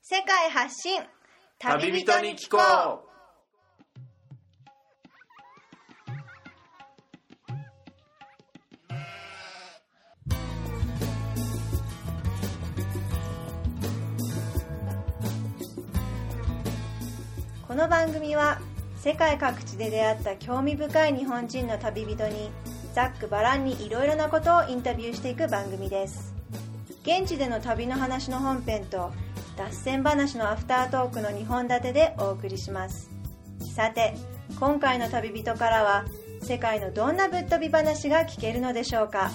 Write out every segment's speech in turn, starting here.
世界発信旅人に聞こう。 この番組は世界各地で出会った興味深い日本人の旅人にざっくばらんにいろいろなことをインタビューしていく番組です。現地での旅の話の本編と脱線話のアフタートークの2本立てでお送りします。さて、今回の旅人からは世界のどんなぶっ飛び話が聞けるのでしょうか。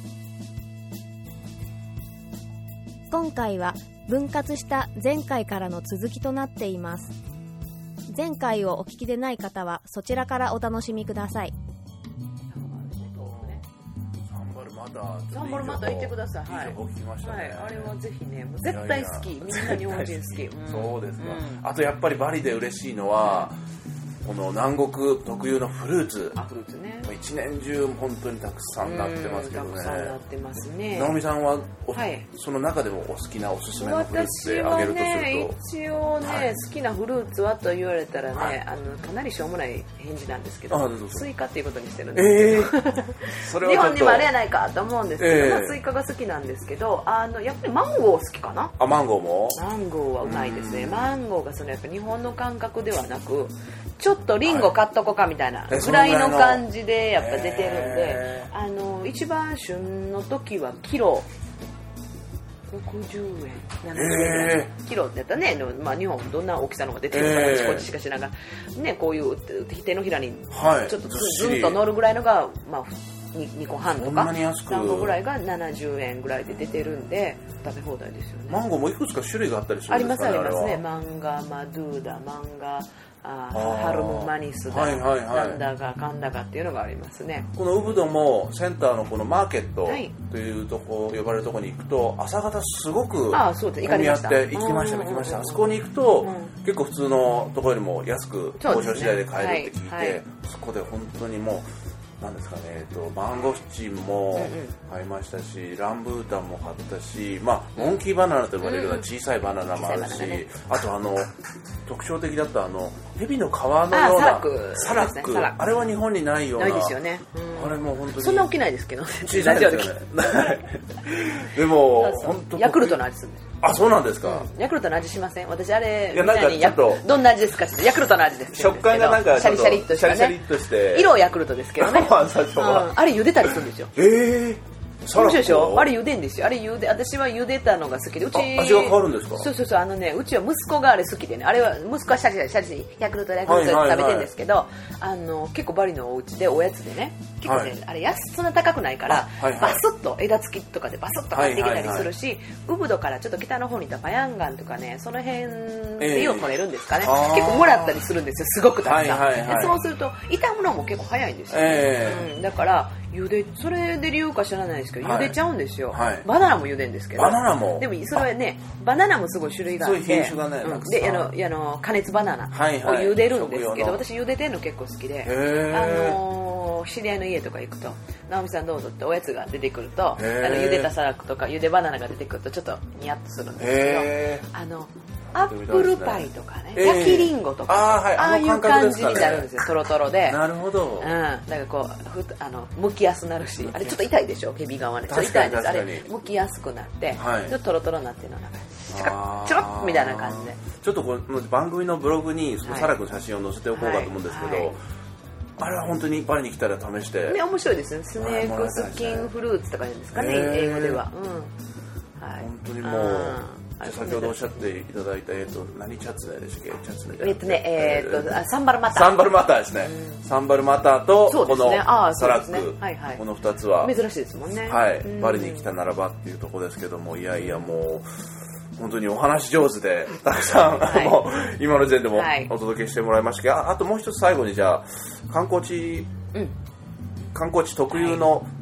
今回は分割した前回からの続きとなっています。前回をお聞きでない方はそちらからお楽しみください。 サンバルマタ行ってください。はい、 聞きましたね。 はい、あれはぜひね、もう絶対好き。みんな日本人好き。 そうですか。あとやっぱりバリで嬉しいのは、この南国特有のフルーツ。 フルーツね。 一年中本当にたくさんなってますけどね。 たくさんなってますね。 直美さんはその中でもお好きなおすすめのフルーツであげるとすると。 私はね、一応ね、好きなフルーツはと言われたらね、かなりしょうもない返事なんですけど、スイカっていうことにしてるんですけど、それは日本にもあれやないかと思うんですけど、スイカが好きなんですけど、やっぱりマンゴー好きかな。 マンゴーも？ マンゴーはうまいですね。マンゴーがそのやっぱ日本の感覚ではなく、ちょっとリンゴ買っとこうかみたいなぐらいの感じでやっぱ出てるんで、一番旬の時はキロ60円、70円キロだったね。まあ、日本どんな大きさのが出てるのかな、こっちしかしながらね、こういう手のひらにちょっとずっと乗るぐらいのが、まあ、2個半とか3個ぐらいが70円ぐらいで出てるんで食べ放題ですよね。 マンゴーもいくつか種類があったりするんですかね。 ありますね。マンガマドゥーダ、マンガハルムマニスだ、なんだかかんだかっていうのがありますね。 このウブドもセンターのこのマーケットというとこ、呼ばれるところに行くと朝方すごく混み合って行きました。あそこに行くと、結構普通のところよりも安く交渉次第で買えるって聞いて、そこで本当にもうなんですかね、マンゴスチンも買いましたし、ランブータンも買ったし、まあ、モンキーバナナと呼ばれるような小さいバナナもあるし、あと特徴的だった蛇の皮のようなサラック、あれは日本にないような。 ないですよね。 あれも本当にそんな大きないですけど、 小さいですよね。でも本当ヤクルトの味するんです。 あ、そうなんですか。 ヤクルトの味しません？私あれみんなにどんな味ですか？ヤクルトの味です。 食感がなんかシャリシャリっとしたね。 シャリシャリっとして色はヤクルトですけどね。あれ茹でたりするんですよ。面白いでしょ。あれ茹でんですよ。私は茹でたのが好きで、うち味が変わるんですか？ そう、うちは息子があれ好きでね、あれは息子はシャリシャリヤクルトって食べてるんですけど、結構バリのお家でおやつでね、結構ね、あれそんな高くないからバスッと枝付きとかでバスッと買ってきたりするし、ウブドからちょっと北の方にいたパヤンガンとかね、その辺で色取れるんですかね、結構もらったりするんですよ、すごくたくさん。そうすると傷むのも結構早いんですよ。だからそれで理由か知らないですけど、茹でちゃうんですよ。バナナも茹でんですけど。 バナナも。 でもそれはね、バナナもすごい種類があって、 そういう品種がね、 で加熱バナナを茹でるんですけど、私茹でてんの結構好きで、知り合いの家とか行くと、直美さんどうぞっておやつが出てくると、茹でたサラックとか茹でバナナが出てくるとちょっとニヤッとするんですけど、アップルパイとかね、焼きリンゴとか、ああいう感じになるんですよ、トロトロで。 なるほど。 だからこう剥きやすくなるし、あれちょっと痛いでしょ、ヘビ側ね。ちょっと痛いです。あれ剥きやすくなって、ちょっとトロトロになってるのなんかチョロッみたいな感じで。 ちょっとこの番組のブログにそのサラクの写真を載せておこうかと思うんですけど、あれは本当にバリに来たら試して。 ね、面白いですね。スネークスキンフルーツとか言うんですかね、英語では。 本当にもう。先ほどおっしゃっていただいた何チャツネでしたっけ？チャツネサンバルマタ。 サンバルマタですね。サンバルマタとこのサラック、この2つは珍しいですもんね。 バリに来たならばっていうところですけども、いやいやもう本当にお話上手でたくさん今の時点でもお届けしてもらいましたけど、あともう一つ最後にじゃあ観光地特有の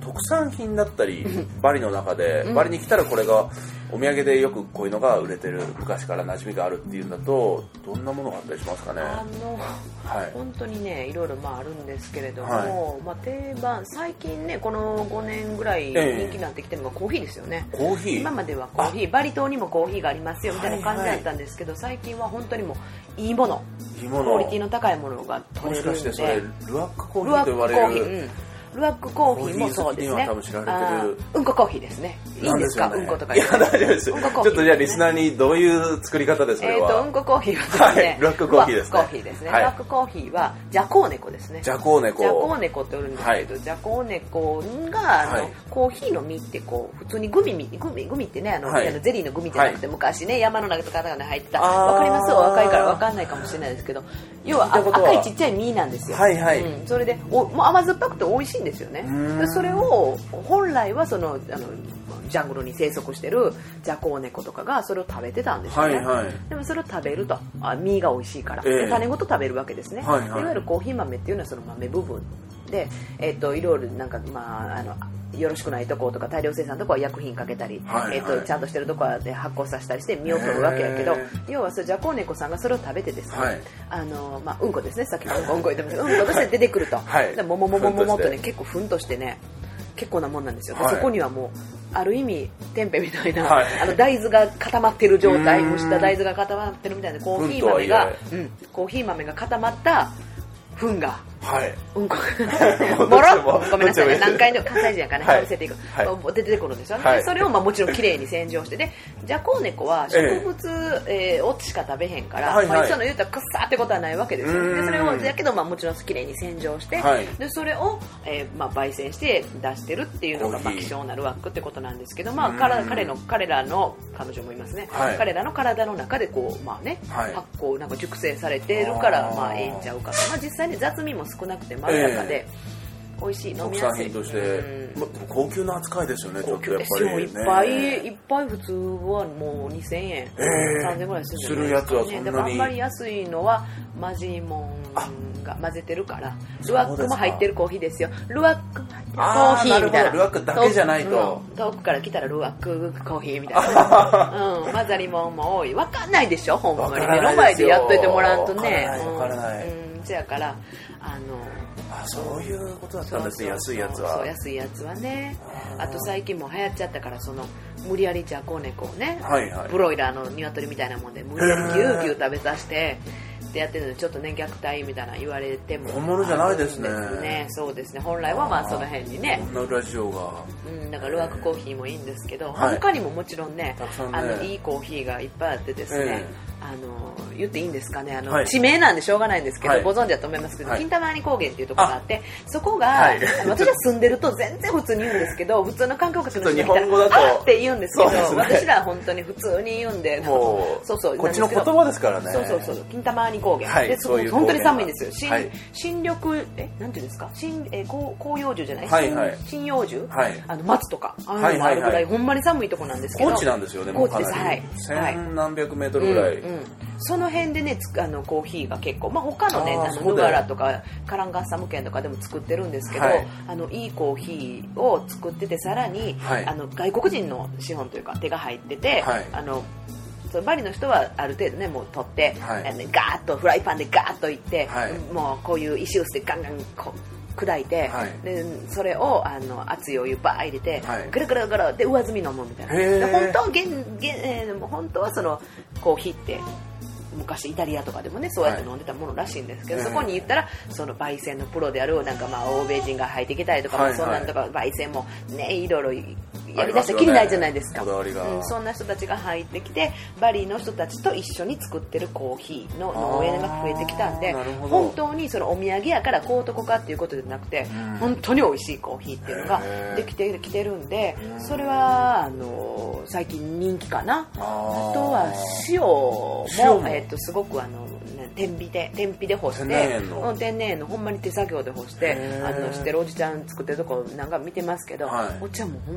特産品だったりバリの中で、バリに来たらこれがお土産でよくこういうのが売れてる、昔から馴染みがあるっていうんだとどんなものがあったりしますかね。 本当にねいろいろあるんですけれども、定番最近ねこの5年ぐらい人気になってきてるのがコーヒーですよね。 コーヒー、 今まではコーヒー、バリ島にもコーヒーがありますよみたいな感じだったんですけど、最近は本当にもういいもの、クオリティの高いものが取れるんで。 もしかしてそれルアックコーヒーと言われる。 ルアックコーヒーもそうですね。うんこコーヒーですね。いいんですか、うんことか。 いや大丈夫です。ちょっとじゃあリスナーにどういう作り方ですか。 うんこコーヒーはですね。 ルアックコーヒーですね。 ルアックコーヒーですね。ルアックコーヒーはジャコウネコですね。 ジャコウネコ。 ジャコウネコっておるんですけど、ジャコウネコがコーヒーの実ってこう普通にグミってねゼリーのグミじゃなくて昔ね山の中とかに入ってた。わかります？若いからわかんないかもしれないですけど、要は赤いちっちゃい実なんですよ。それでもう甘酸っぱくて美味しいんですよね。それを本来はそのジャングルに生息してるジャコウネコとかがそれを食べてたんですよね。でもそれを食べると実が美味しいから、種ごと食べるわけですね。いわゆるコーヒー豆っていうのはその豆部分で、いろいろなんかよろしくないとことか大量生産のとこは薬品かけたり、ちゃんとしてるとこは発酵させたりして実を取るわけやけど、要はそれジャコウネコさんがそれを食べてですね、うんこですね、さっきのうんこ言ってましたけど、うんことして出てくると、ももっとね結構ふんとしてね結構なもんなんですよ。そこにはもうある意味テンペみたいな、大豆が固まってる状態、蒸した大豆が固まってるみたいなコーヒー豆が固まった糞が、うんこもろごめんなさいね、何回でも関西人やからね、かぶせていく、出てくるんですよね。それをもちろんきれいに洗浄して、でジャコウネコは植物をしか食べへんから、その言うたらくっさーってことはないわけですよ。でそれをだけどもちろんきれいに洗浄して、でそれを焙煎して出してるっていうのが希少なルアックってことなんですけど、彼らの彼女もいますね、彼らの体の中でこう発酵なんか熟成されてるからええんちゃうかと。実際に雑味も少なくてまろやかで美味しい、飲みやすい。 特産品として高級な扱いですよね。 高級ですよ。いっぱい普通はもう2000円、3000円ぐらいするやつはそんなに。 でもあんまり安いのはマジモンが混ぜてるから。ルアックも入ってるコーヒーですよ。ルアック入ってるコーヒーみたいな。 ルアックだけじゃないと。 遠くから来たらルアックコーヒーみたいな。混ざりもんも多い。わかんないでしょ、ほんまに。目の前でやっといてもらうとね。 わからない。 そやからそういうことだったんですね。安いやつは。 そう、安いやつはね。あと最近も流行っちゃったから、その無理やりジャコウネコをね、ブロイラーの鶏みたいなもんで無理やりギューギュー食べさせてってやってるので、ちょっとね虐待みたいな言われても本物じゃないですね。 そうですね。本来はその辺にね。 こんなラジオが。 だからルアックコーヒーもいいんですけど、他にももちろんね、いいコーヒーがいっぱいあってですね。言っていいんですかね、地名なんでしょうがないんですけど、ご存知だと思いますけど、金玉谷高原っていうところがあって、そこが、私は住んでると全然普通に言うんですけど、普通の観光客の人が来たらあって言うんですけど、私らは本当に普通に言うんで、 こっちの言葉ですからね。 そう金玉谷高原で、本当に寒いんですよ。新緑なんていうんですか、広葉樹じゃない、針葉樹、松とかあるぐらいほんまに寒いとこなんですけど、 高知なんですよね。高知です。千何百メートルぐらい。 その辺でねコーヒーが結構、他のねヌガラとかカランガッサム県とかでも作ってるんですけど、いいコーヒーを作ってて、さらに、外国人の資本というか手が入ってて、バリの人はある程度ねもう取って、ガーッとフライパンでガーッといって、もうこういう石臼でガンガン砕いて、でそれを熱いお湯バー入れて、ぐるぐるぐるで上澄み飲むみたいな。本当はそのコーヒーって昔イタリアとかでもねそうやって飲んでたものらしいんですけど、そこに言ったらその焙煎のプロであるなんか欧米人が入ってきたりとか、そんなんとか焙煎もねいろいろやりだしたらきりないじゃないですか。そんな人たちが入ってきて、バリの人たちと一緒に作ってるコーヒーの農園が増えてきたんで、本当にそのお土産やからこうとこかっていうことじゃなくて、本当に美味しいコーヒーっていうのができてきてるんで、それは最近人気かな。あとは塩もすごく天日で干して、天然塩のほんまに手作業で干して、知ってるおじちゃん作ってるとこなんか見てますけど、おっちゃんもそんな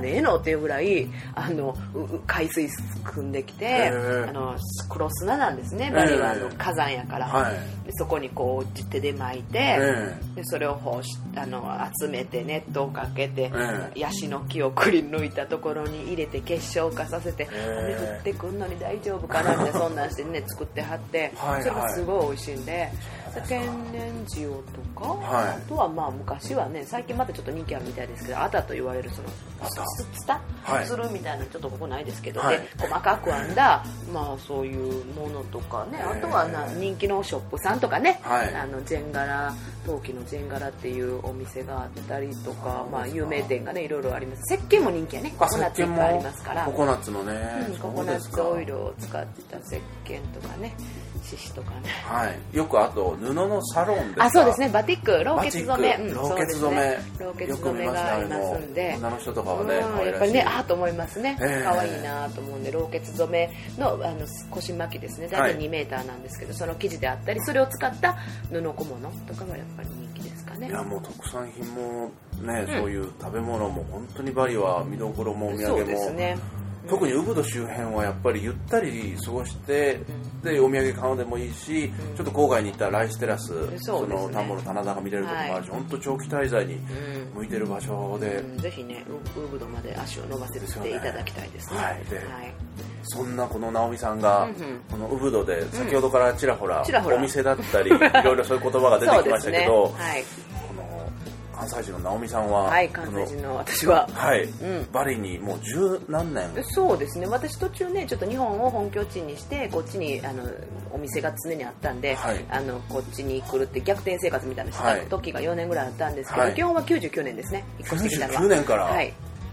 ねえのっていうぐらい海水汲んできて黒砂なんですね。バリは火山やから、はい、でそこにこう手で巻いて、でそれを集めてネットをかけて、ヤシの木をくり抜いたところに入れて結晶化させて、雨降ってくんのに大丈夫かなってそんなんしてね作ってはって、それがすごい美味しいんで、天然塩とか、あとはまあ昔はね、最近またちょっと人気あるみたいですけど、アタと言われるそのツタするみたいな、ちょっとここないですけど、で細かく編んだまあそういうものとかね、あとは人気のショップさんとかね、ジェンガラ陶器のジェンガラっていうお店があったりとか、まあ有名店がねいろいろあります。石鹸も人気やね。ココナッツいっぱいありますから。 ココナッツのね、 ココナッツオイルを使った石鹸とかね、獅子とかね。 はい。よくあと布のサロンですか。 あ、そうですね。バティック、ローケツ染め、 ローケツ染め、 ローケツ染めがありますんで、 女の人とかはね、 やっぱりね、と思いますね。可愛いなと思うんで、ローケツ染めの腰巻きですね。大体2メーターなんですけど、その生地であったり、それを使った布小物とかがやっぱり人気ですかね。 いや、もう特産品もね、そういう食べ物も本当にバリは見どころもお土産も。そうですね。特にウブド周辺はやっぱりゆったり過ごして、でお土産買うでもいいし、ちょっと郊外に行ったらライステラス、その田んぼの棚田が見れるところもあるし、本当長期滞在に向いてる場所で、 ぜひねウブドまで足を伸ばせていただきたいですね。 はい。で、そんなこの直美さんがこのウブドで先ほどからちらほらお店だったりいろいろそういう言葉が出てきましたけど、関西人の直美さんは、 はい、関西人の私は、 はい、バリにもう十何年。 そうですね。私途中ねちょっと日本を本拠地にしてこっちにお店が常にあったんで、こっちに来るって逆転生活みたいなした時が4年ぐらいあったんですけど、基本は99年ですね。引っ越してきたのは 99年から、 はい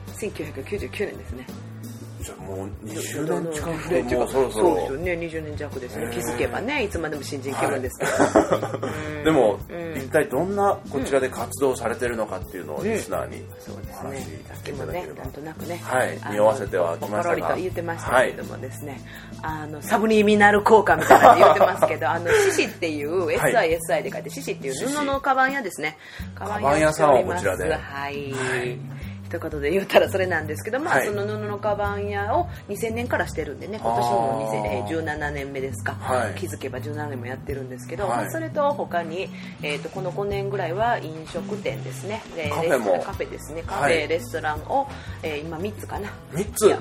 、1999年ですね。 じゃあもう20年近く、もうそろそろ。 そうですよね、20年弱ですね。気づけばね、いつまでも新人気分ですけど。でも、一体どんなこちらで活動されてるのかっていうのをリスナーにお話ししていただければ。 なんとなくね、 はい、匂わせてはきましたが。 ポロリと言ってましたけれどもですね、サブリミナル効果みたいなの言ってますけど、シシっていう、SISI で書いてシシっていう布のカバン屋ですね。 カバン屋さんをこちらで。 はい。一言で言ったらそれなんですけど、まあその布のカバン屋を2000年からしてるんでね、今年も17年目ですか、気づけば17年もやってるんですけど、それと他に、この5年ぐらいは飲食店ですね、でカフェですね、カフェ、レストランを、今3つかな、 3つ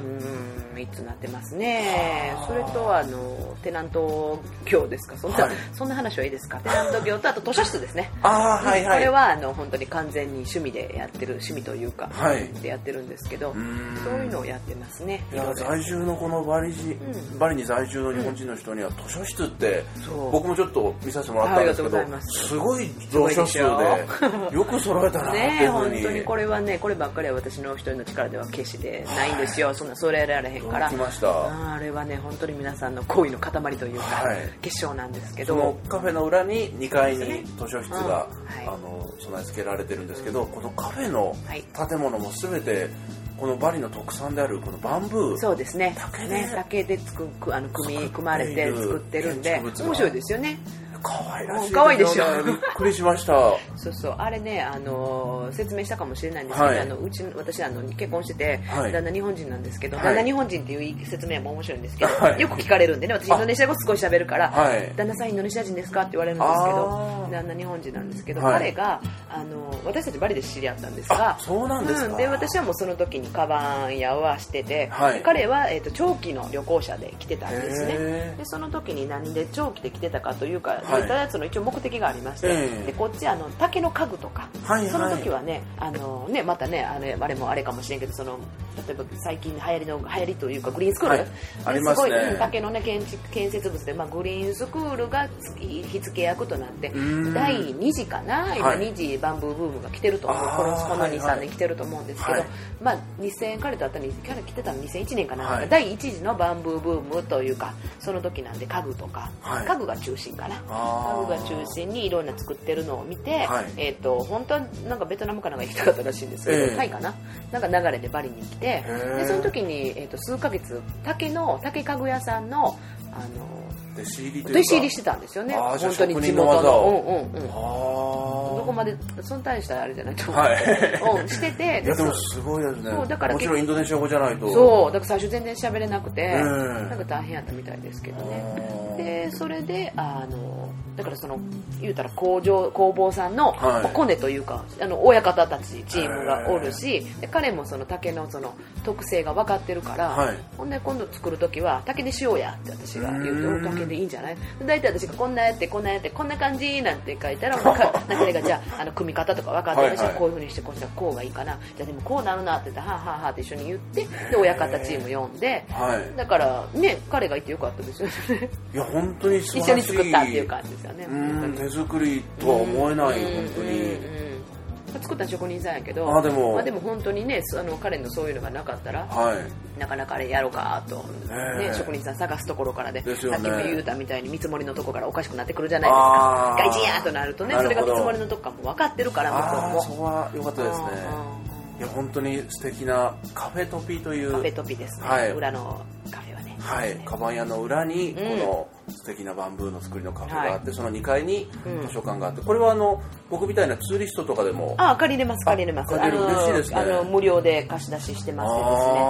3つなってますね。それとテナント業ですか、そんな話はいいですか。テナント業とあと図書室ですね。これは本当に完全に趣味でやってる、趣味というか、でやってるんですけど、そういうのをやってますね。 いや、在住のこのバリに在住の日本人の人には図書室って、僕もちょっと見させてもらったんですけど、すごい蔵書数でよく揃えたなっていうふうに。 本当にこれはね、こればっかりは私の一人の力では決してないんですよ。そんなそれられへんから。あれはね、本当に皆さんの行為の塊というか、結晶なんですけど、 そのカフェの裏に2階に図書室が備え付けられてるんですけど、このカフェの建物も全てこのバリの特産であるこのバンブー、 そうですね、竹で組まれて作ってるんで面白いですよね。 可愛らしい。 可愛いでしょ。 びっくりしました。 そうそう、あれね、説明したかもしれないんですけど、私結婚してて、旦那日本人なんですけど、旦那日本人っていう説明も面白いんですけど、よく聞かれるんでね、私インドネシア語少し喋るから、旦那さんインドネシア人ですかって言われるんですけど、旦那日本人なんですけど、彼が私たちバリで知り合ったんですが、 そうなんですか。 で、私はもうその時にカバン屋はしてて、彼は長期の旅行者で来てたんですね。で、その時に何で長期で来てたかというか、そういったやつの一応目的がありまして、でこっち竹の家具とか、その時はね、またね、あれもあれかもしれんけど、例えば最近流行りというかグリーンスクール、 ありますね。 すごい竹のね建設物で、グリーンスクールが火付け役となって、第2次かな、今2次バンブーブームが来てると思う。この2、3年来てると思うんですけど、彼と彼来てたの2001年かな、第1次のバンブーブームというか、その時なんで家具とか、家具が中心かな。家具が中心にいろんな作ってるのを見て、本当はなんかベトナムかなんか行きたかったらしいんですけど、タイかな、なんか流れでバリに来て、でその時に、数ヶ月竹家具屋さんの弟子入りというか弟子入りしてたんですよね。本当に地元の。どこまでそんな大したあれじゃないと思う。してて。 いやでもすごいですね。だからもちろんインドネシア語じゃないと。 そうだから最初全然喋れなくて、なんか大変やったみたいですけどね。でそれでだからその言うたら工房さんのコネというか親方たちチームがおるし、で彼もその竹のその特性が分かってるから、ほんで今度作る時は竹でしようやって私が言うと、竹でいいんじゃない？大体私がこんなやってこんなやってこんな感じなんて書いたら彼がじゃあ組み方とか分かってるし、こういう風にしてこうしたらこうがいいかな、じゃあでもこうなるなって言ってはあはあはあって一緒に言って、で親方チーム呼んで、だからね彼がいてよかったですよね。 いや本当に素晴らしい。 一緒に作ったっていう感じですよね。 手作りとは思えない、本当に。 作った職人さんやけど、でも本当にね彼のそういうのがなかったら、なかなかあれやろうかと、職人さん探すところからで、さっきも言うたみたいに見積もりのところからおかしくなってくるじゃないですか。外人やとなるとね、それが見積もりのとこからも分かってるから向こうも。 そこは良かったですね。いや本当に素敵なカフェトピというカフェトピですね。裏のカフェはね。 カバン屋の裏にこの素敵なバンブーの作りのカフェがあって、その2階に図書館があって、これは僕みたいなツーリストとかでも借りれます。嬉しいですね。無料で貸し出ししてまして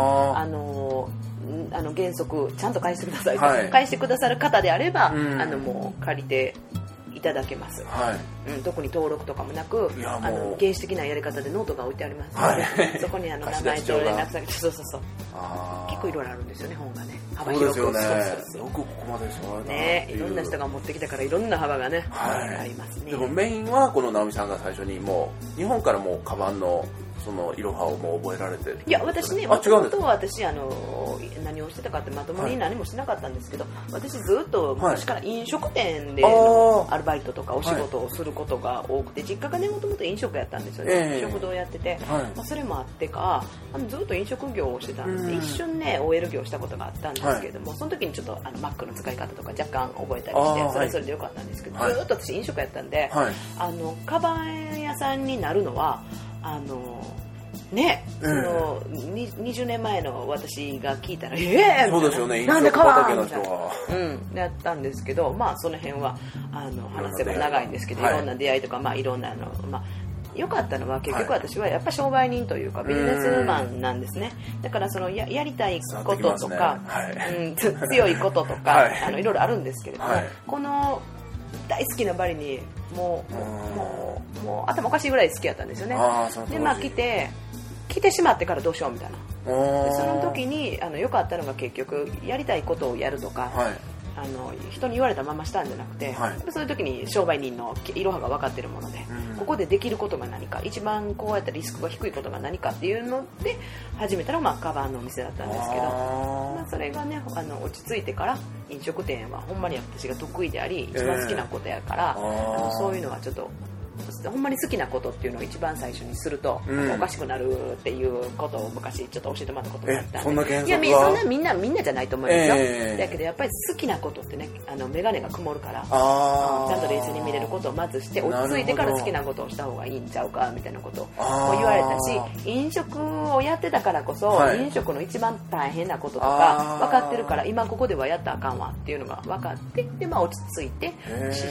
ですね、原則ちゃんと返してください、返してくださる方であれば、もう借りていただけます、特に登録とかもなく原始的なやり方でノートが置いてありますので、そこに名前と連絡先、そう結構いろいろあるんですよね、本がね、幅広く。 そうですよね。よくここまでそうね、いろんな人が持ってきたからいろんな幅がね、ありますね。 でもメインはこの直美さんが最初にもう日本からもうカバンのそのいろはをもう覚えられて。 いや私ね、もともと私何をしてたかってまともに何もしなかったんですけど、私ずっと昔から飲食店でアルバイトとかお仕事をすることが多くて、実家がねもともと飲食やったんですよね、食堂やってて、それもあってかずっと飲食業をしてたんで、一瞬ね OL 業したことがあったんですけれども、その時にちょっとマックの使い方とか若干覚えたりして、それはそれでよかったんですけど、ずっと私飲食やったんで、カバン屋さんになるのは20年前の私が聞いたらそうですよね、 なんでカバンみたいな、やったんですけど、その辺は話せば長いんですけど、いろんな出会いとか、いろんな良かったのは結局私はやっぱ商売人というかビジネスマンなんですね。だからその やりたいこととか、強いこととかいろいろあるんですけれども、この大好きなバリにもう頭おかしいぐらい好きやったんですよね。で来てしまってからどうしようみたいな。でその時に良かったのが結局やりたいことをやるとか、人に言われたまましたんじゃなくて、そういう時に商売人のいろはが分かってるもので、ここでできることが何か、一番こうやったリスクが低いことが何かっていうので始めたらカバンのお店だったんですけど、それがね落ち着いてから飲食店はほんまに私が得意であり一番好きなことやから、そういうのはちょっとほんまに好きなことっていうのを一番最初にすると、おかしくなるっていうことを昔ちょっと教えてもらったことがあったんで、いやそんなみんなじゃないと思うんですよ、だけどやっぱり好きなことってね眼鏡が曇るから、ちゃんと冷静に見れることをまずして落ち着いてから好きなことをした方がいいんちゃうかみたいなことを言われたし、飲食をやってたからこそ、飲食の一番大変なこととか分かってるから、今ここではやったらあかんわっていうのが分かって、で落ち着いて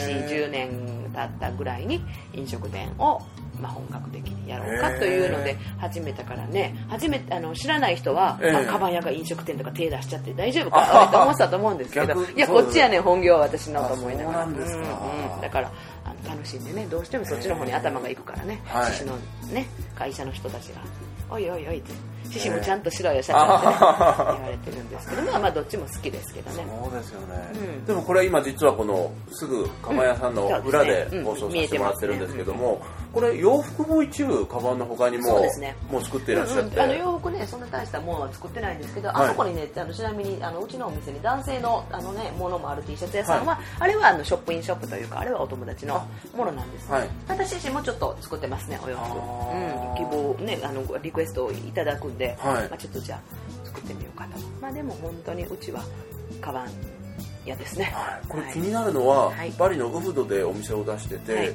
10年経ったぐらいに飲食店を本格的にやろうかというので始めたからね、知らない人は、カバン屋が飲食店とか手出しちゃって大丈夫かと思ってたと思うんですけど、いやこっちやね本業は私のと思いながら、だから楽しんでね、どうしてもそっちの方に頭がいくからね、獅子のね会社の人たちがおいおいおいって獅子もちゃんとしろよ社長ってね言われてるんですけど、どっちも好きですけどね。 そうですよね、でもこれ今実はこのすぐカバン屋さんの裏で放送させてもらってるんですけども、これ洋服も一部カバンの他にももう作っていらっしゃって、 洋服ねそんな大したものは作ってないんですけど、あそこにねちなみにうちのお店に男性のものもある T シャツ屋さんは、あれはショップインショップというか、あれはお友達のものなんですね。私自身もちょっと作ってますね、お洋服。希望ねリクエストをいただくんで、ちょっとじゃあ作ってみようかと。でも本当にうちはカバン屋ですね。 これ気になるのは、バリのウフドでお店を出してて、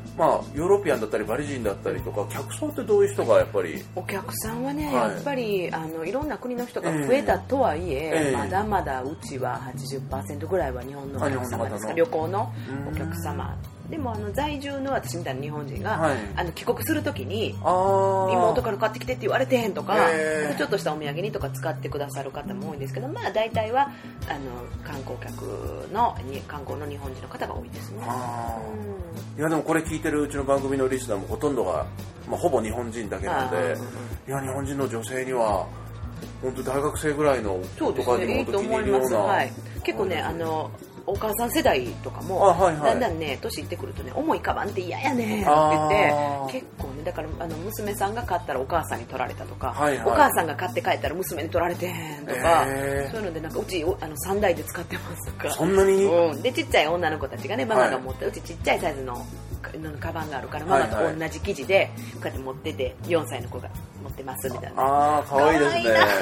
まあ、ヨーロピアンだったりバリ人だったりとか客層ってどういう人がやっぱりお客さんはね、やっぱりいろんな国の人が増えたとはいえ、まだまだうちは 80% ぐらいは日本のお客様ですか。旅行のお客様でも在住の私みたいな日本人が、帰国するときに妹から買ってきてって言われてへんとか、ちょっとしたお土産にとか使ってくださる方も多いんですけど、まあ大体は観光の日本人の方が多いですね。 いやでもこれ聞いてるうちの番組のリスナーもほとんどが、まあ、ほぼ日本人だけなんで、いや日本人の女性には本当大学生ぐらいのとかにも気に入るような、 結構ねお母さん世代とかもだんだんね年いってくるとね重いカバンって嫌やねんって言って結構ねだから娘さんが買ったらお母さんに取られたとか、お母さんが買って帰ったら娘に取られてへんとか、そういうのでなんかうち3台で使ってますとか。 そんなに、 でちっちゃい女の子たちがねママが持ったうちちっちゃいサイズのカバンがあるからママと同じ生地でこうやって持ってて4歳の子が持ってますみたいな。 かわいいですね。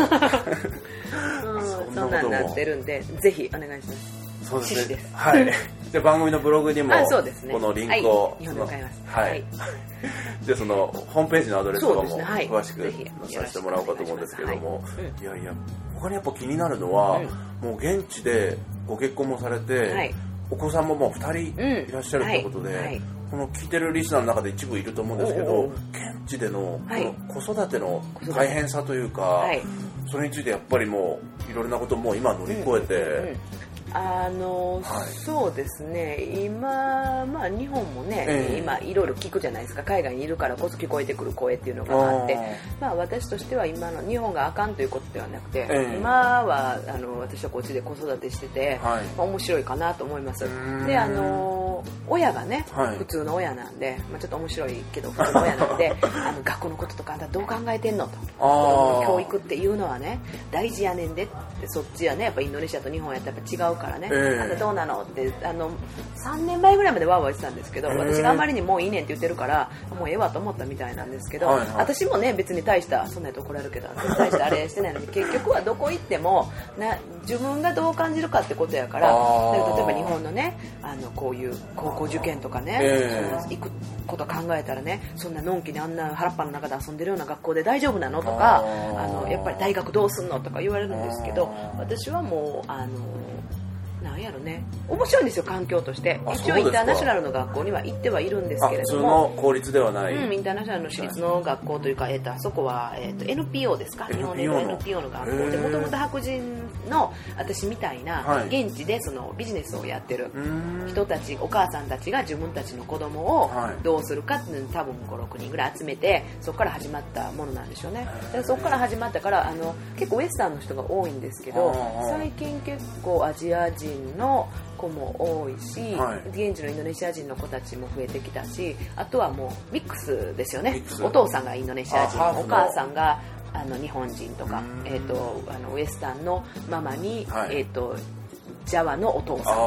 そんなんなってるんでぜひお願いします。 そうですね。はい。じゃあ番組のブログにもこのリンクを、 日本で買います。 はい。じゃあそのホームページのアドレスとかも詳しく載させてもらおうかと思うんですけども、いやいや他にやっぱ気になるのは、もう現地でご結婚もされて、お子さんももう2人いらっしゃるということで、この聞いてるリスナーの中で一部いると思うんですけど、現地での子育ての大変さというか、それについてやっぱりもういろいろなことも今乗り越えて。 そうですね今、まあ、日本もね、今いろいろ聞くじゃないですか。海外にいるからこそ聞こえてくる声っていうのがあって、まあ、私としては今の日本があかんということではなくて、今は私はこっちで子育てしてて、まあ、面白いかなと思います。で親がね、普通の親なんで、まあ、ちょっと面白いけど普通の親なんで学校のこととかあんたどう考えてんのと、子供の教育っていうのはね大事やねんでって、そっちはねやっぱインドネシアと日本はやっぱ違うからね、あんたどうなのって3年前ぐらいまでワーワー言ってたんですけど、私があまりにもういいねんって言ってるからもうええわと思ったみたいなんですけど、私もね別に大したそんなに怒られるけど大したあれしてないのに結局はどこ行っても自分がどう感じるかってことやから、例えば日本のねこういう高校受験とかね、行くこと考えたらねそんなのんきにあんな原っぱの中で遊んでるような学校で大丈夫なのとかやっぱり大学どうすんのとか言われるんですけど、私はもうなんやろね、面白いんですよ環境として。一応インターナショナルの学校には行ってはいるんですけれども、 普通の公立ではない、 インターナショナルの私立の学校というか、あそこは、NPO ですか、日本でいう NPO の学校で、もともと白人の私みたいな現地でそのビジネスをやってる人たち、お母さんたちが自分たちの子供をどうするかっていうのに多分 5,6 人ぐらい集めてそこから始まったものなんでしょうね。でそこから始まったから結構ウエスタンの人が多いんですけど、最近結構アジア人の子も多いし、現地のインドネシア人の子たちも増えてきたし、あとはもうミックスですよね。お父さんがインドネシア人、お母さんが日本人とか、ウエスタンのママに、ジャワのお父さんとか。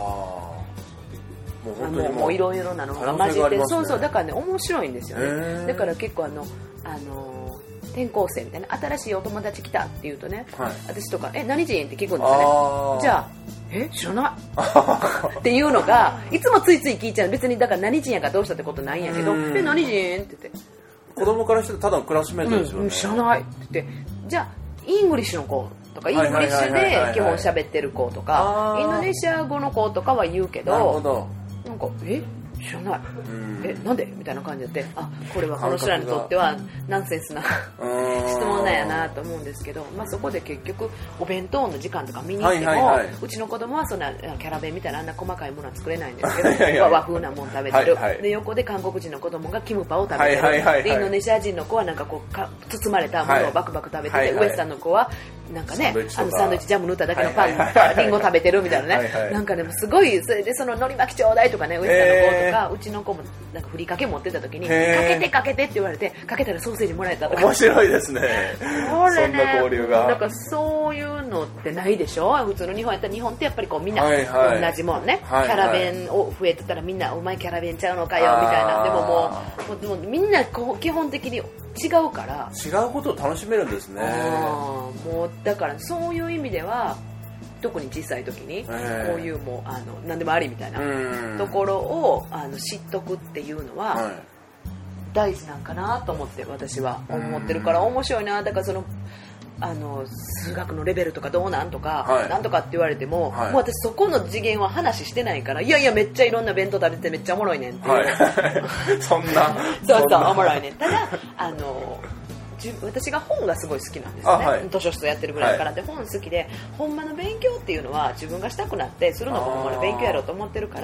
もういろいろなのが混じって、そうそう、だからね面白いんですよね。だから結構転校生みたいな新しいお友達来たって言うとね、私とか何人って聞くんですよね。じゃあ知らないっていうのがいつもついつい聞いちゃう。別にだから何人やからどうしたってことないんやけど、何人って言って、 子供からしてただのクラスメートですよね。 知らないって言って、じゃあイングリッシュの子とかイングリッシュで基本喋ってる子とかインドネシア語の子とかは言うけど、なんか知らない、なんでみたいな感じで、これはこの人らにとってはナンセンスな質問なんやなと思うんですけど、まあ、そこで結局お弁当の時間とか見に行っても、うちの子供はそんなキャラ弁みたいなあんな細かいものは作れないんですけど和風なもの食べてる、で横で韓国人の子供がキムパを食べてる、でインドネシア人の子はなんかこう包まれたものをバクバク食べてて、ウエスタンの子はなんかねサンドイッチジャム塗っただけのパンリンゴ食べてるみたいなね、なんかでもすごいそれでその海苔巻きちょうだいとかね、ウエスタンの子とかうちの子もなんかふりかけ持ってた時にかけてかけてって言われてかけたらソーセージもらえたとか。 面白いですね。 これね、 そんな交流が。 だからそういうのってないでしょ。普通の日本やったら日本ってやっぱりこうみんな同じもんね、キャラ弁を増えてたらみんなお前キャラ弁ちゃうのかよみたいな。でももうみんなこう基本的に違うから違うことを楽しめるんですね。 もうだからそういう意味では特に小さい時にこういうもう何でもありみたいなところを知っとくっていうのは大事なんかなと思って私は思ってるから面白いな。だからその数学のレベルとかどうなんとか、なんとかって言われても、もう私そこの次元は話してないから、いやいやめっちゃいろんな弁当食べてめっちゃおもろいねんっていう、 そんなそうおもろいねん。ただ私が本がすごい好きなんですね、図書室やってるぐらいから、で本好きでほんまの勉強っていうのは自分がしたくなってするのがほんまの勉強やろうと思ってるから、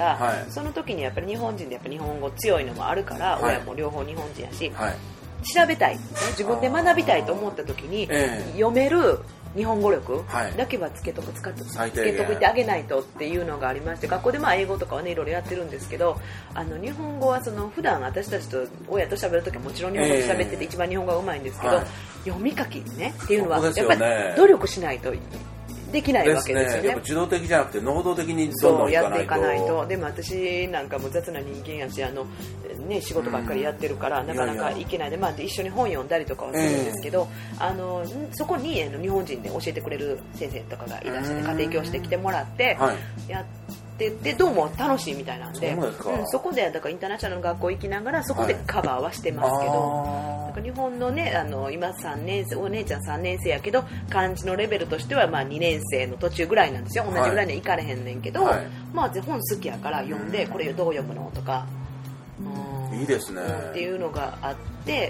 その時にやっぱり日本人でやっぱ日本語強いのもあるから、親も両方日本人やし、調べたい、自分で学びたいと思った時に、読める日本語力だけはつけとくってあげないとっていうのがありまして、学校で英語とかはねいろいろやってるんですけど、日本語はその普段私たちと親と喋る時はもちろん日本語で喋ってて一番日本語がうまいんですけど、読み書きねっていうのはやっぱり努力しないとできないわけですよね。 やっぱ自動的じゃなくて能動的にどんどんやっていかないと。でも私なんかも雑な人間やし仕事ばっかりやってるから、なかなかいけないで、一緒に本読んだりとかはするんですけど、そこに日本人で教えてくれる先生とかがいらっしゃって家庭教師で来てもらってやってて、どうも楽しいみたいなんで、そこでだからインターナショナルの学校行きながらそこでカバーはしてますけど、なんか日本のね今3年生、お姉ちゃん3年生やけど漢字のレベルとしては2年生の途中ぐらいなんですよ。同じぐらいには行かれへんねんけど、本好きやから読んで、これどう読むのとか、 いいですねっていうのがあって、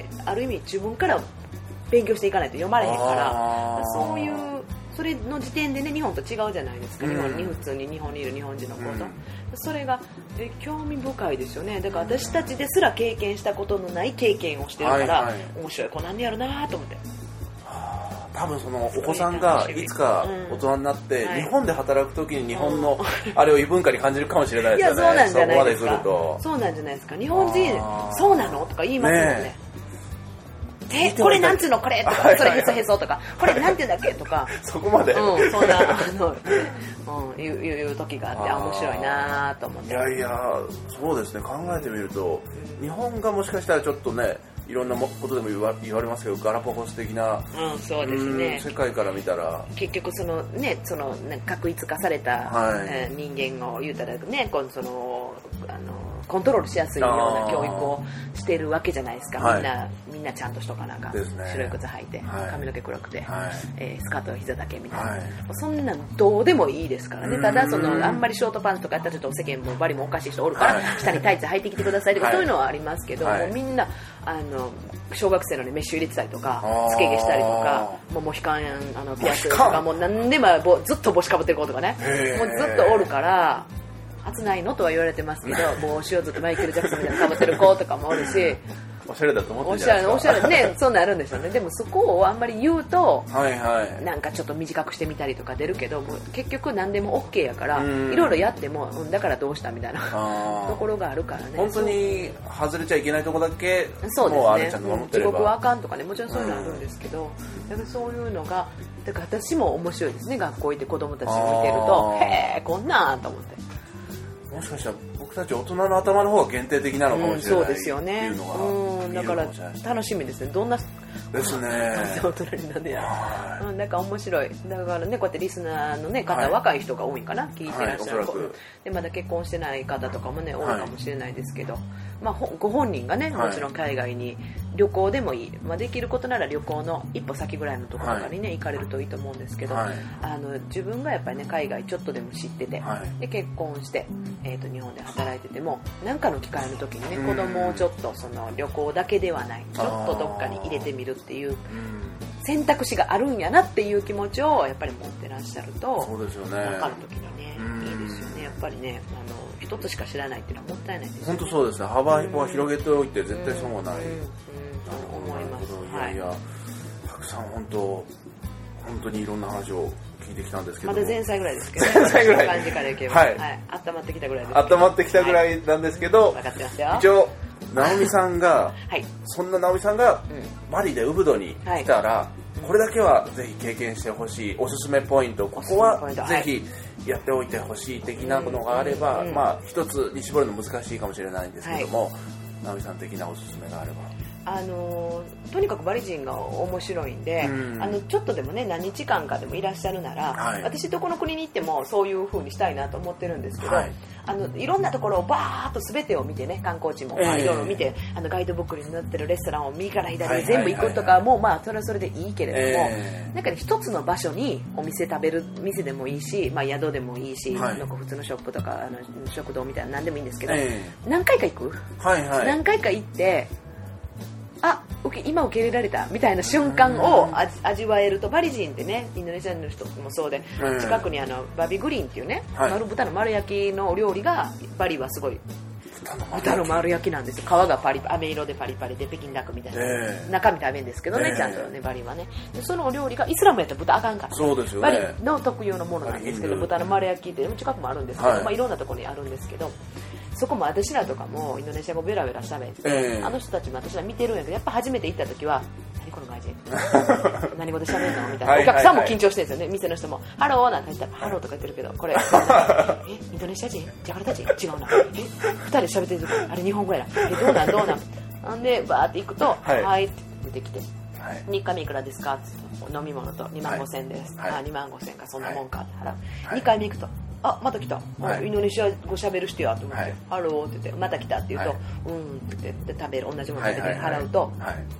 ある意味自分から勉強していかないと読まれへんから、そういうそれの時点でね日本と違うじゃないですか、日本に普通に日本にいる日本人のこと、それが興味深いですよね。だから私たちですら経験したことのない経験をしてるから、面白い子なんでやろなと思って。 多分そのお子さんがいつか大人になって日本で働くときに日本のあれを異文化に感じるかもしれないですよね。 いやそうなんじゃないですか。 そこまで来るとそうなんじゃないですか。日本人そうなのとか言いますよね。これなんつうのこれとか、それへそへそとか、これなんて言うんだっけとか、 そこまでそんな言う時があって面白いなと思って。 いやいやそうですね。考えてみると日本がもしかしたらちょっとねいろんなことでも言われますけどガラパゴス的な、 そうですね、 世界から見たら結局その確一化された、人間を言うたらねコントロールしやすいような教育をしてるわけじゃないですか。みんなちゃんとしとかなんか、白い靴履いて、髪の毛黒くて、スカートの膝だけみたいな、そんなどうでもいいですからね。ただあんまりショートパンツとかやったらちょっと世間もバリもおかしい人おるから、下にタイツ履いてきてくださいとか、そういうのはありますけど、もうみんな小学生のにメッシュ入れてたりとかつけ毛したりとか、もうモヒカンピアスとか、もう何でもずっと帽子かぶってる子とかね、もうずっとおるから暑ないのとは言われてますけど、帽子をずっとマイケル・ジャクソンみたいなかぶってる子とかもおるし、 おしゃれだと思ってるじゃないですか。 おしゃれね、そうなるんでしょうね。でもそこをあんまり言うと、なんかちょっと短くしてみたりとか出るけど、もう結局何でも OK やから、いろいろやっても、だからどうしたみたいなところがあるからね。 本当に外れちゃいけないところだけ、 そうですね、 もうあれちゃんと守ってれば、 地獄はあかんとかね、もちろんそういうのあるんですけど、だからそういうのが、だから私も面白いですね。学校行って子供たちを見てると、へーこんなんと思って。 もしかしたら僕たち大人の頭の方が限定的なのかもしれない、 そうですよね。だから楽しみですね。どんなですね。 大人になんでやる。なんか面白い。だからね、こうやってリスナーのね方、若い人が多いかな、聞いてらっしゃる。でまだ結婚してない方とかもね多いかもしれないですけど、ご本人がねもちろん海外に旅行でもいい、できることなら旅行の一歩先ぐらいのところとかにね行かれるといいと思うんですけど、自分がやっぱりね海外ちょっとでも知ってて、で結婚して日本で働いてても何かの機会の時にね子供をちょっとその旅行だけではないちょっとどっかに入れてみるっていう選択肢があるんやなっていう気持ちをやっぱり持ってらっしゃると、 そうですよね、 分かる時にねいいですよね。やっぱりね一つしか知らないっていうのはもったいないですよね。 本当そうですね。幅は広げておいて絶対損はない。 思います。 いやたくさん本当にいろんな話を聞いてきたんですけど、 まだ前菜ぐらいですけど、 前菜ぐらい感じからいけば、温まってきたぐらいです。 温まってきたぐらいなんですけど、 分かってますよ。 一応直美さんが、そんな直美さんがマリでウブドに来たら、これだけはぜひ経験してほしいおすすめポイント、ここはぜひやっておいてほしい的なものがあれば、一つに絞るの難しいかもしれないんですけども、直美さん的なおすすめがあれば。 とにかくバリ人が面白いんで、ちょっとでもね何日間かでもいらっしゃるなら、私どこの国に行ってもそういう風にしたいなと思ってるんですけど、いろんなところをバーッと全てを見てね、観光地もいろいろ見て、ガイドブックに載ってるレストランを右から左に全部行くとかもそれはそれでいいけれども、なんかね一つの場所にお店食べる店でもいいし、宿でもいいし、なんか普通のショップとか食堂みたいな何でもいいんですけど、何回か行く、何回か行って今受け入れられたみたいな瞬間を味わえると、バリ人ってね、インドネシアの人もそうで、近くにバビグリーンっていうね、豚の丸焼きのお料理がバリはすごい豚の丸焼きなんですよ。皮がパリ飴色でパリパリで北京ダックみたいな、中身食べるんですけどね、ちゃんとねバリはね。でそのお料理がイスラムやったら豚あかんから、 そうですよね、 バリの特有のものなんですけど、豚の丸焼きって近くもあるんですけど、いろんなところにあるんですけど、そこも私らとかもインドネシア語ベラベラ喋って、あの人たちも私ら見てるんやけど、やっぱ初めて行った時は何この外人何語で喋るのみたいな、お客さんも緊張してるんですよね。店の人もハローなんて言ったらハローとか言ってるけど、これインドネシア人ジャカルタ人違うな、2人で喋ってる時あれ日本語やな、どうなんでバーって行くとはいって出てきて、3日目いくらですかって飲み物と2万5千です、2万5千かそんなもんかって払う。2回目行くとまた来た、インドネシア語喋る人やと思って、ハローって言ってまた来たって言うと、って言って食べる、同じもの食べて払うと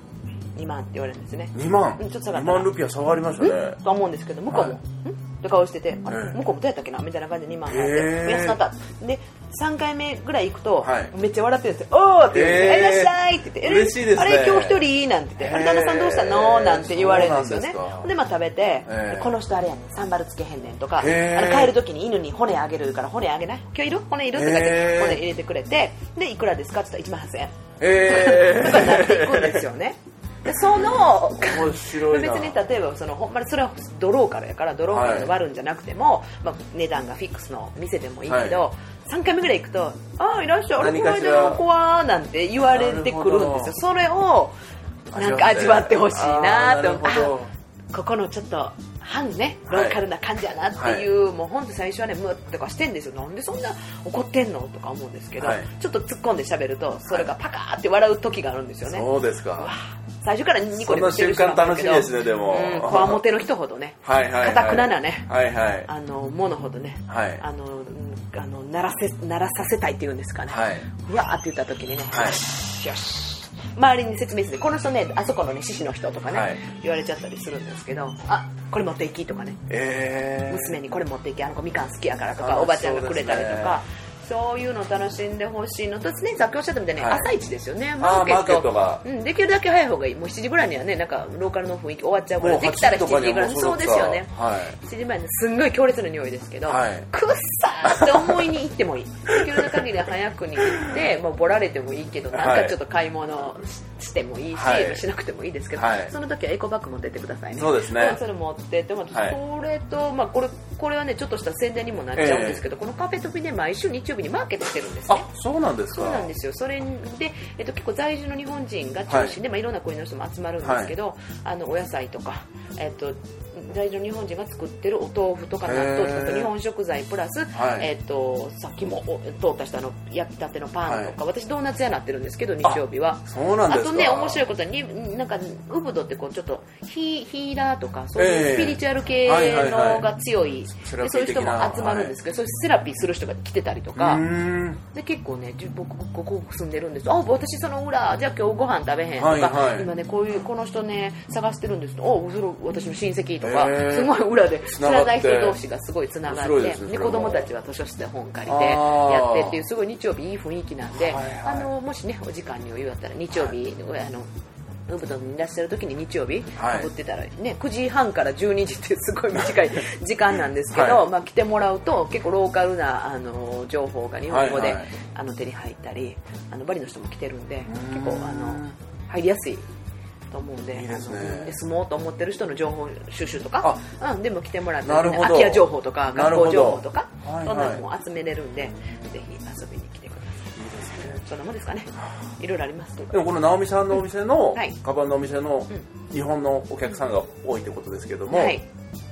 2万って言われるんですね。 2万ちょっと下がった 2万ルピア下がりましたねと思うんですけど、向こうもって顔してて、向こうもどうやったっけなみたいな感じで2万払って安くなったで、3回目ぐらい行くと、めっちゃ笑ってるんですよ。おーって言って、いらっしゃいって言って、 嬉しいですね。 あれ今日一人なんて言って、旦那さんどうしたのなんて言われるんですよね。で食べて、この人あれやねん、サンバルつけへんねんとか、帰る時に犬に骨あげるから骨あげない、今日いる骨いるとか言って骨入れてくれて、でいくらですかって言ったら1万8000円とかになっていくんですよね。でその面白いな。 別に例えばほんまにそれはドローカルやから、ドローカルで割るんじゃなくても、値段がフィックスの店でもいいけど、3回目ぐらい行くといらっしゃい、あれこの間の子はなんて言われてくるんですよ。それをなんか味わってほしいなって思って、ここのちょっと反ねローカルな感じやなっていう、もう本当最初はねムッとかしてんですよ。なんでそんな怒ってんのとか思うんですけど、ちょっと突っ込んで喋るとそれがパカーって笑う時があるんですよね。 そうですか。 最初からニコニコしてる人なんだけど、その瞬間楽しみですね。でもこわもての人ほどね、堅くななね、ものほどね、鳴らさせたいっていうんですかね、うわーって言った時にね、よしよし周りに説明して、この人ねあそこのね獅子の人とかね、言われちゃったりするんですけど、これ持っていきとかね、娘にこれ持っていき、あの子みかん好きやからとか、おばちゃんがくれたりとか、そういうのを楽しんでほしいのとですね、さっきおっしゃったみたいに朝一ですよね、マーケットが、できるだけ早い方がいい。もう7時ぐらいにはね、なんかローカルの雰囲気終わっちゃうぐらい、できたら7時ぐらい、そうですよね、7時前にすんごい強烈な匂いですけど、くっさーって思いに行ってもいい。できる限り早くに行って、もうボラれてもいいけど、なんかちょっと買い物してもいいし、しなくてもいいですけど、その時はエコバッグ持ってってくださいね。 そうですね。 それ持ってって、それとこれはねちょっとした宣伝にもなっちゃうんですけど、このカフェトピで毎週日曜日にマーケットしてるんですね。 そうなんですか。 そうなんですよ。それで、結構在住の日本人が中心で、いろんな国の人も集まるんですけど、お野菜とか、在住の日本人が作ってるお豆腐とか納豆とか日本食材プラス、さっきも通った人焼きたてのパンとか、私ドーナツ屋なってるんですけど日曜日は。 そうなんですか。 あとね面白いことになんかウブドってこうちょっとヒーラーとかそういうスピリチュアル系のが強い、そういう人も集まるんですけど、そういうセラピーする人が来てたりとかで、結構ね僕ここ住んでるんです。私その裏じゃあ今日ご飯食べへんとか、今ねこの人ね探してるんですと、それ私の親戚とか、すごい裏で知らない人同士がすごいつながって、で子供たちは図書室で本借りてやってっていう、すごい日曜日いい雰囲気なんで、もしねお時間に余裕だったら日曜日ウブドにいらっしゃる時に日曜日かぶってたらね、9時半から12時ってすごい短い時間なんですけど、来てもらうと結構ローカルな情報が日本語で手に入ったり、バリの人も来てるんで結構入りやすいと思うんで、いいですね。で住もうと思ってる人の情報収集とか、でも来てもらって、空き家情報とか学校情報とか、そんなのも集めれるんで、ぜひ遊びに来てください。そんなもんですかね。いろいろあります。 でもこの直美さんのお店の、カバンのお店の日本のお客さんが多いってことですけども、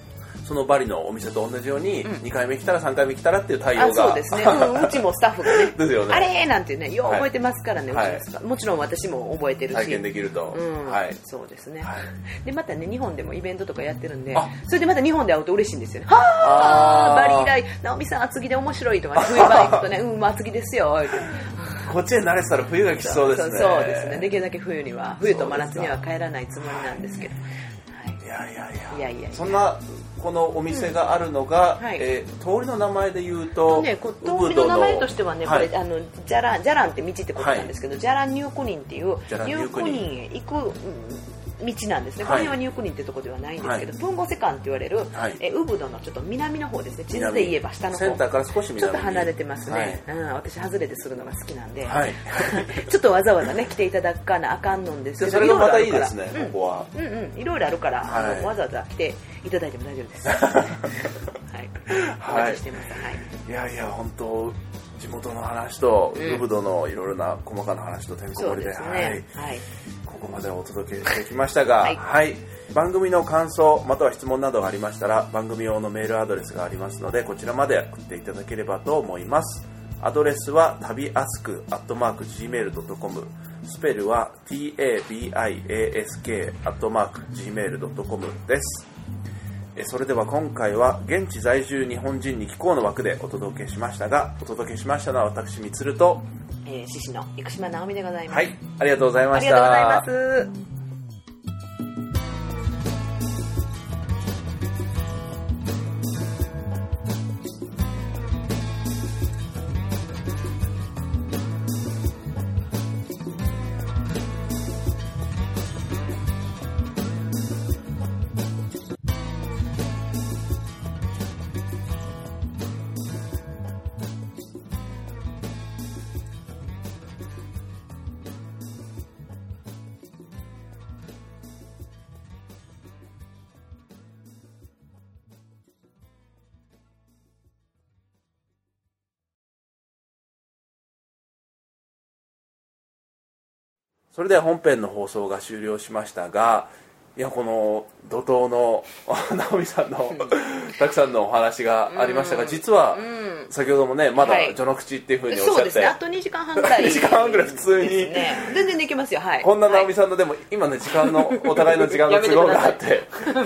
そのバリのお店と同じように、2回目来たら3回目来たらっていう対応が。 そうですね、うちもスタッフがねですよね、 あれなんていうね、よう覚えてますからね、うちのスタッフ、もちろん私も覚えてるし体験できると、 そうですね、でまたね、日本でもイベントとかやってるんで、それでまた日本で会うと嬉しいんですよね。はあ、バリ以来直美さん厚着で面白いとか、冬場行くとね、厚着ですよこっちへ慣れてたら冬が来そうですね。 そうですね、できるだけ冬と真夏には帰らないつもりなんですけど、 いやそんなこのお店があるのが、通りの名前で言うと、 通りの名前としてはね、これジャランって道ってことなんですけど、ジャランニュークニンっていうニュークニンへ行く道なんですね。この辺はニュークニンってとこではないんですけど、プンゴセカンって言われる、ウブドのちょっと南の方ですね。地図で言えば下の方、 センターから少し南にちょっと離れてますね。私外れてするのが好きなんで、ちょっとわざわざね来ていただかなあかんのんですけど、 それがまたいいですね。ここは。 いろいろあるから、わざわざ来ていただいても大丈夫です。お待ちしてます。 いや本当。地元の話とウブドのいろいろな細かな話とてんこ盛りで、ここまでお届けしてきましたが、番組の感想または質問などがありましたら、番組用のメールアドレスがありますので、こちらまで送っていただければと思います。アドレスは旅アスク@gmail.com、スペルは tabiask@gmail.com です。それでは今回は現地在住日本人に聞こうの枠でお届けしましたが、お届けしましたのは私みつると、 獅子の生島直美でございます。 ありがとうございました。 ありがとうございます。 それでは本編の放送が終了しましたが、この怒涛の直美さんのたくさんのお話がありましたが、実は先ほどもね、まだ序の口っていうふうにおっしゃって、 そうですね、あと2時間半ぐらい 2時間半ぐらい普通に、 全然できますよ。 こんな直美さんの、でも今ね、時間のお互いの時間の都合があって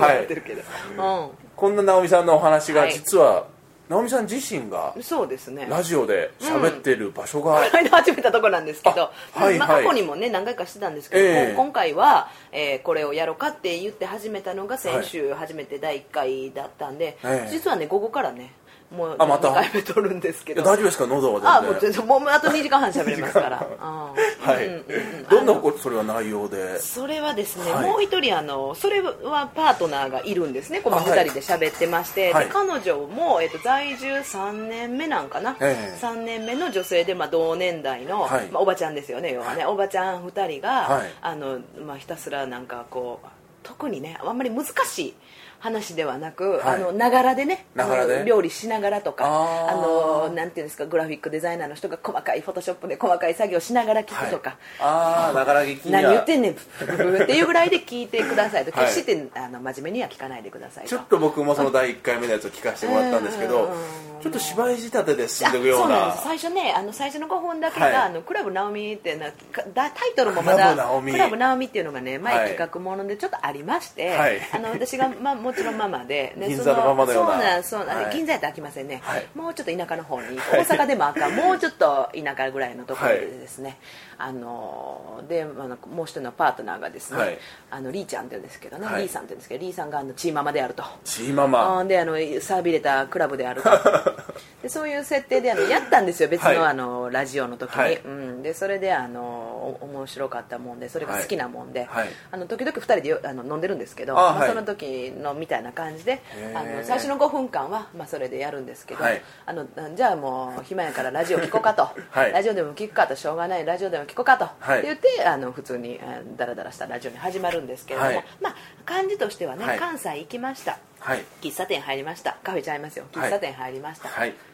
こんな直美さんのお話が実は、直美さん自身がラジオで喋ってる場所が、 始めたとこなんですけど、過去にもね何回かしてたんですけど、今回は、これをやろうかって言って始めたのが先週初めて第1回だったんで、実はね午後からねもう2回目撮るんですけど、 大丈夫ですか、喉は全然もうあと2時間半喋れますからどんなそれは内容で、 それはですね、もう一人それはパートナーがいるんですね。この2人で喋ってまして、で彼女も、在住3年目なんかな、3年目の女性で、同年代の、おばちゃんですよね、要はね、おばちゃん2人が、ひたすらなんかこう特にねあんまり難しい話ではなく、ながらでね、料理しながらとか、なんていうんですか、グラフィックデザイナーの人が細かいフォトショップで細かい作業しながら聞くとか、 ながら聞きには何言ってんねんっていうぐらいで聞いてくださいと、決して真面目には聞かないでくださいと。 ちょっと僕もその第1回目のやつを聞かせてもらったんですけど、ちょっと芝居仕立てで進んでいくような。そうなんです。 最初ね、最初の5分だけが、クラブナオミってタイトルもまだクラブナオミっていうのがね、前企画ものでちょっとありまして、私がもちろんママで、 銀座のママのような、 そうなん銀座やったら飽きませんね、もうちょっと田舎の方に、大阪でもあかん、もうちょっと田舎ぐらいのところでですね、でもう一人のパートナーがですね、リーちゃんって言うんですけどね、リーさんって言うんですけど、リーさんがチーママであると、 チーママでサービレたクラブであるとでそういう設定でやったんですよ、別の、ラジオの時に、でそれで面白かったもんで、それが好きなもんで、時々2人で飲んでるんですけど、その時のみたいな感じで、最初の5分間は、それでやるんですけど、じゃあもう暇やからラジオ聞こうかと、ラジオでも聞くかと、しょうがないラジオでも聞こうかと、って言って普通にダラダラしたラジオに始まるんですけれども、感じとしてはね、関西行きました、喫茶店入りました、カフェちゃいますよ、喫茶店入りました、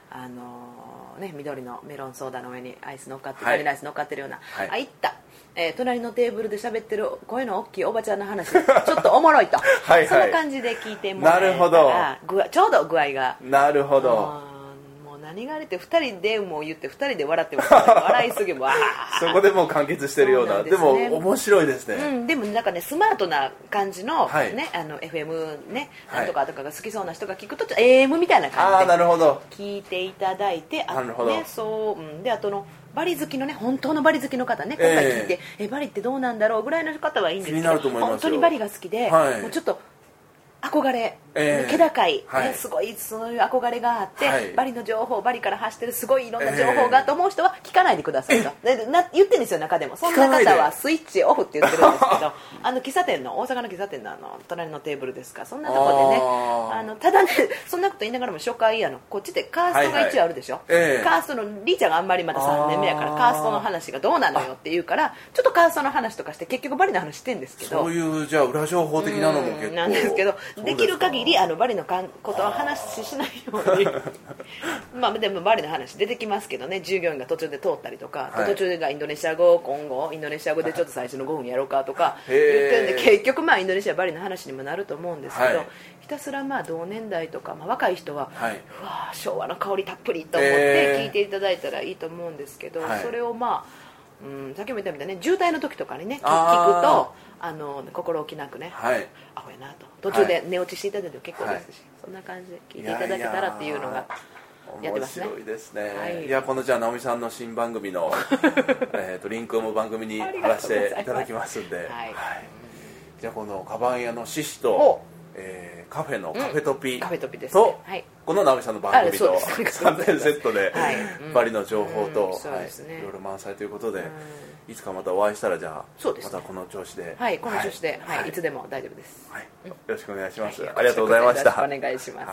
緑のメロンソーダの上にアイス乗っかって、バニラアイス乗っかってるような、あいった、隣のテーブルで喋ってる声の大きいおばちゃんの話ちょっとおもろいとはい、そんな感じで聞いてもらえたらちょうど具合がなるほど。 何があれって2人でも言って2人で笑ってます笑いすぎもそこでもう完結してるような。でも面白いですね、 でもなんかねスマートな感じの、FM ねなんとかとかが好きそうな人が聞くとちょっと AM みたいな感じで聞いていただいて、あとねであとのバリ好きのね本当のバリ好きの方ね今回聞いて、バリってどうなんだろうぐらいの方はいいんですけど、本当にバリが好きで、もうちょっと憧れ、気高い、すごいそういう憧れがあって、バリの情報バリから発してるすごいいろんな情報がと思う人は聞かないでくださいと言ってるんですよ中でも。そんな方はスイッチオフって言ってるんですけど喫茶店の大阪の喫茶店の隣のテーブルですか、そんなところでねただねそんなこと言いながらも初回こっちでカーストが一応あるでしょ、カーストのリーちゃんがあんまりまた3年目やからカーストの話がどうなのよって言うからちょっとカーストの話とかして結局バリの話してるんですけど、 そういうじゃあ裏情報的なのも結構なんですけどできる限りバリのことは話しないようにでもバリの話出てきますけどね、従業員が途中で通ったりとか、途中がインドネシア語今後インドネシア語でちょっと最初の5分やろうかとか言ってるんで結局インドネシアバリの話にもなると思うんですけど、ひたすら同年代とか、若い人は、うわ昭和の香りたっぷりと思って聞いていただいたらいいと思うんですけど、それをさっきも言ったみたいにね渋滞の時とかにね聞くと心置きなくね、アホやなと途中で寝落ちしていただいても結構ですし、そんな感じで聞いていただけたらっていうのがやってますね。 面白いですね、いやこのじゃあ直美さんの新番組のリンクも番組に貼らせていただきますんで、じゃあこのカバン屋の獅子と、カフェのカフェトピと、この直美さんの番組と3点セットでバリの情報といろいろ満載ということで、いつかまたお会いしたらじゃあまたこの調子でこの調子でいつでも大丈夫です。 よろしくお願いします。ありがとうございました。 お願いします。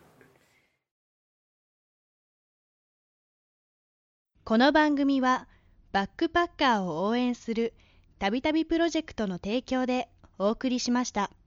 この番組はバックパッカーを応援するたびたびプロジェクトの提供でお送りしました。